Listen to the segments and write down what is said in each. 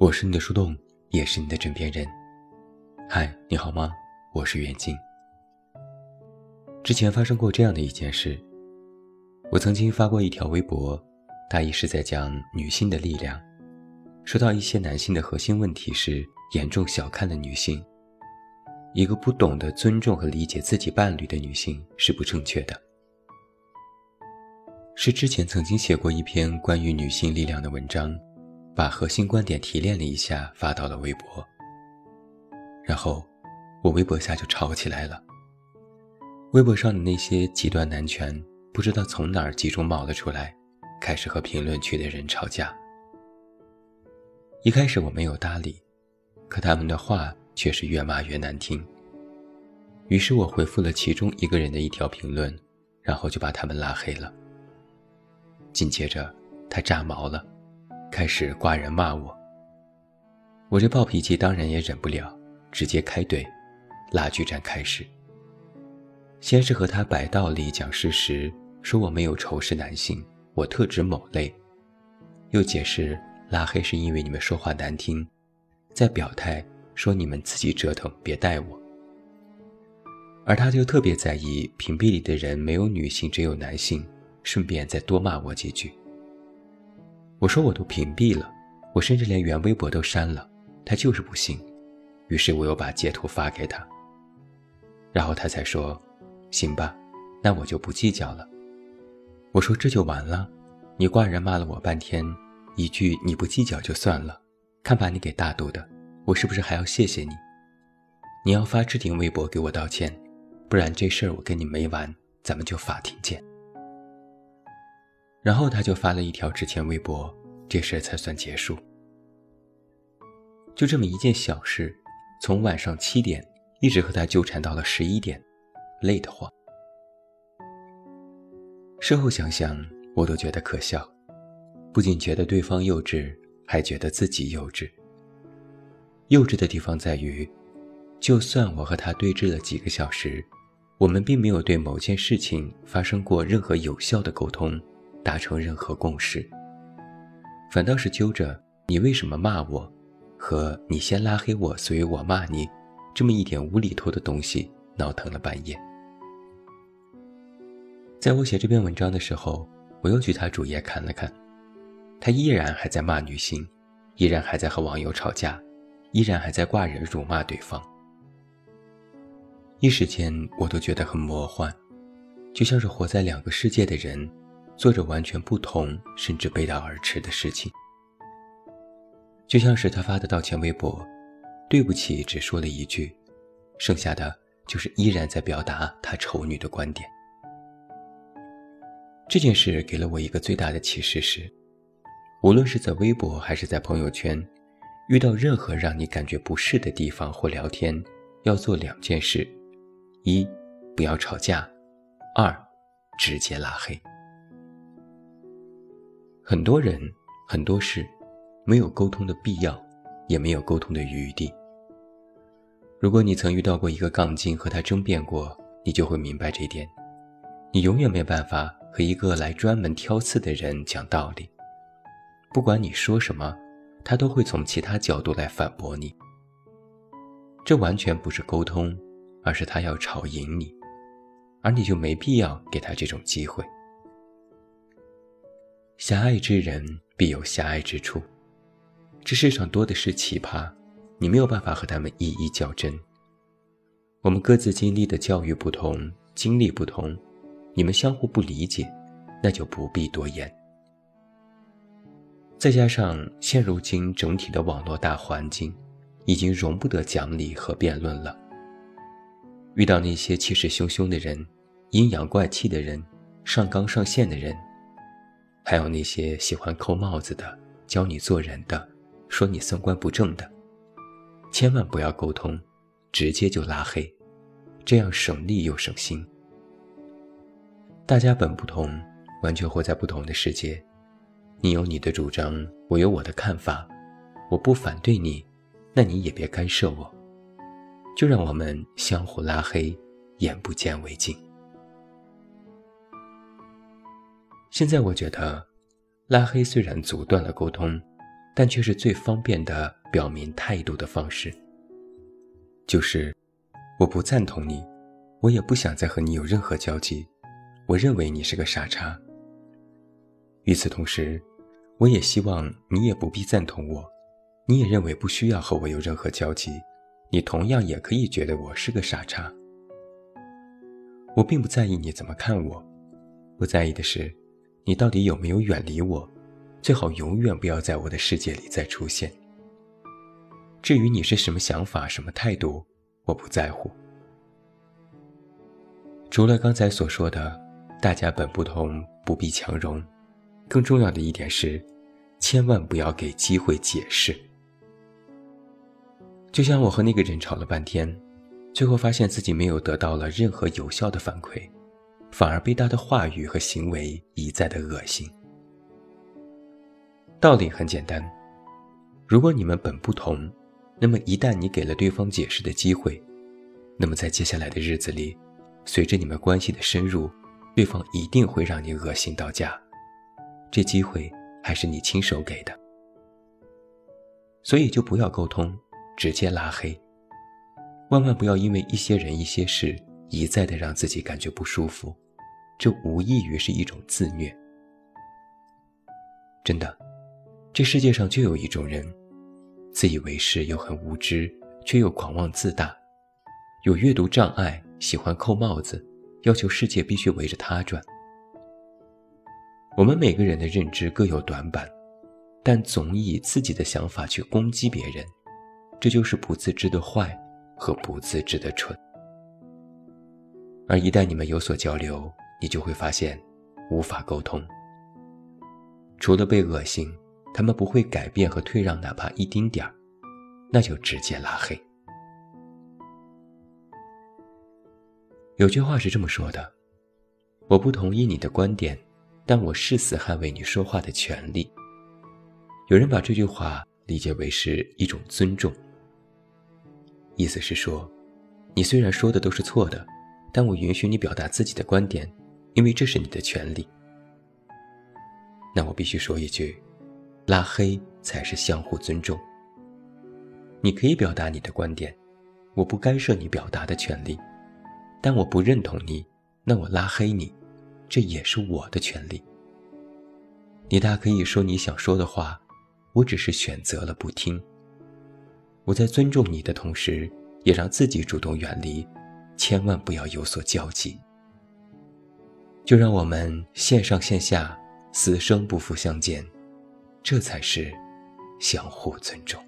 我是你的树洞，也是你的枕边人。嗨，你好吗？我是远近。之前发生过这样的一件事，我曾经发过一条微博，大意是在讲女性的力量，说到一些男性的核心问题是严重小看了女性，一个不懂得尊重和理解自己伴侣的女性是不正确的。是之前曾经写过一篇关于女性力量的文章，把核心观点提炼了一下发到了微博，然后我微博下就吵起来了。微博上的那些极端男权不知道从哪儿集中冒了出来，开始和评论区的人吵架。一开始我没有搭理，可他们的话却是越骂越难听。于是我回复了其中一个人的一条评论，然后就把他们拉黑了。紧接着他炸毛了，开始挂人骂我。我这暴脾气当然也忍不了，直接开怼，拉锯战开始。先是和他摆道理讲事实，说我没有仇视男性，我特指某类，又解释拉黑是因为你们说话难听，再表态说你们自己折腾，别带我。而他就特别在意屏蔽里的人没有女性只有男性，顺便再多骂我几句。我说我都屏蔽了，我甚至连原微博都删了，他就是不信。于是我又把截图发给他，然后他才说行吧，那我就不计较了。我说这就完了？你挂人骂了我半天，一句你不计较就算了，看把你给大度的，我是不是还要谢谢你？你要发置顶微博给我道歉，不然这事儿我跟你没完，咱们就法庭见。然后他就发了一条致歉微博，这事才算结束。就这么一件小事，从晚上7点一直和他纠缠到了11点，累得慌。事后想想，我都觉得可笑，不仅觉得对方幼稚，还觉得自己幼稚。幼稚的地方在于，就算我和他对峙了几个小时，我们并没有对某件事情发生过任何有效的沟通，达成任何共识，反倒是揪着你为什么骂我和你先拉黑我所以我骂你这么一点无厘头的东西闹腾了半夜。在我写这篇文章的时候，我又去他主页看了看，他依然还在骂女性，依然还在和网友吵架，依然还在挂人辱骂对方。一时间我都觉得很魔幻，就像是活在两个世界的人做着完全不同甚至背道而驰的事情。就像是他发的道歉微博，对不起只说了一句，剩下的就是依然在表达他丑女的观点。这件事给了我一个最大的启示是，无论是在微博还是在朋友圈，遇到任何让你感觉不适的地方或聊天，要做2件事：一，不要吵架；二，直接拉黑。很多人很多事没有沟通的必要，也没有沟通的余地。如果你曾遇到过一个杠精和他争辩过，你就会明白这一点。你永远没办法和一个来专门挑刺的人讲道理，不管你说什么，他都会从其他角度来反驳你。这完全不是沟通，而是他要吵赢你，而你就没必要给他这种机会。狭隘之人必有狭隘之处，这世上多的是奇葩，你没有办法和他们一一较真。我们各自经历的教育不同，经历不同，你们相互不理解，那就不必多言。再加上现如今整体的网络大环境已经容不得讲理和辩论了，遇到那些气势汹汹的人，阴阳怪气的人，上纲上线的人，还有那些喜欢扣帽子的，教你做人的，说你三观不正的，千万不要沟通，直接就拉黑，这样省力又省心。大家本不同，完全活在不同的世界，你有你的主张，我有我的看法，我不反对你，那你也别干涉我，就让我们相互拉黑，眼不见为净。现在我觉得拉黑虽然阻断了沟通， 但却是最方便的表明态度的方式。就是我不赞同你，我也不想再和你有任何交集，我认为你是个傻叉。与此同时，我也希望你也不必赞同我，你也认为不需要和我有任何交集，你同样也可以觉得我是个傻叉。我并不在意你怎么看我，我在意的是你到底有没有远离我，最好永远不要在我的世界里再出现。至于你是什么想法什么态度，我不在乎。除了刚才所说的大家本不同不必强融，更重要的一点是千万不要给机会解释。就像我和那个人吵了半天，最后发现自己没有得到了任何有效的反馈，反而被他的话语和行为一再的恶心。道理很简单，如果你们本不同，那么一旦你给了对方解释的机会，那么在接下来的日子里，随着你们关系的深入，对方一定会让你恶心到家，这机会还是你亲手给的。所以就不要沟通，直接拉黑。万万不要因为一些人一些事一再的让自己感觉不舒服，这无异于是一种自虐。真的，这世界上就有一种人，自以为是又很无知，却又狂妄自大，有阅读障碍，喜欢扣帽子，要求世界必须围着他转。我们每个人的认知各有短板，但总以自己的想法去攻击别人，这就是不自知的坏和不自知的蠢。而一旦你们有所交流，你就会发现无法沟通。除了被恶心，他们不会改变和退让哪怕一丁点儿，那就直接拉黑。有句话是这么说的，我不同意你的观点，但我誓死捍卫你说话的权利。有人把这句话理解为是一种尊重，意思是说，你虽然说的都是错的，但我允许你表达自己的观点，因为这是你的权利。那我必须说一句，拉黑才是相互尊重。你可以表达你的观点，我不干涉你表达的权利，但我不认同你，那我拉黑你，这也是我的权利。你大可以说你想说的话，我只是选择了不听。我在尊重你的同时，也让自己主动远离，千万不要有所交集。就让我们线上线下死生不复相见，这才是相互尊重。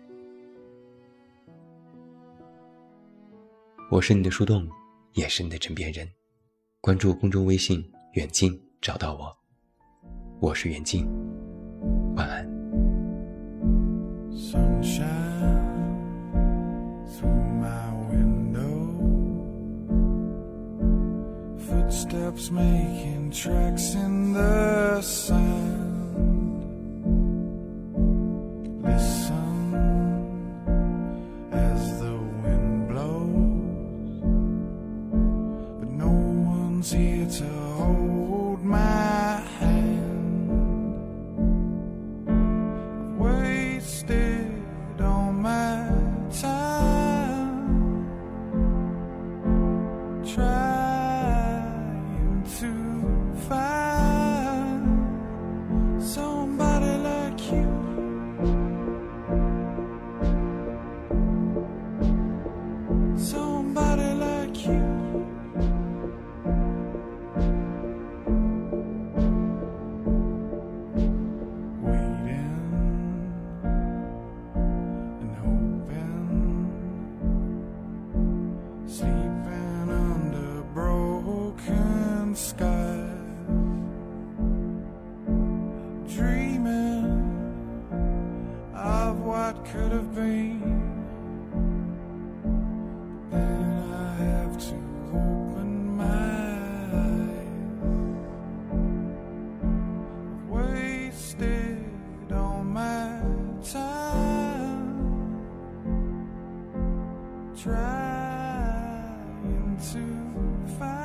我是你的树洞，也是你的枕边人。关注公众微信远近找到我，我是远近，晚安。 Sunshine through my window, footsteps making tracks in the sand. Listen as the wind blows, but no one's here to hold my hand. I've wasted all my time trying to find somebody like you. Somebody like you. Waiting and hoping, sleeping under broken skies, dreaming of what could have been. Then I have to open my eyes. I've wasted all my time trying to find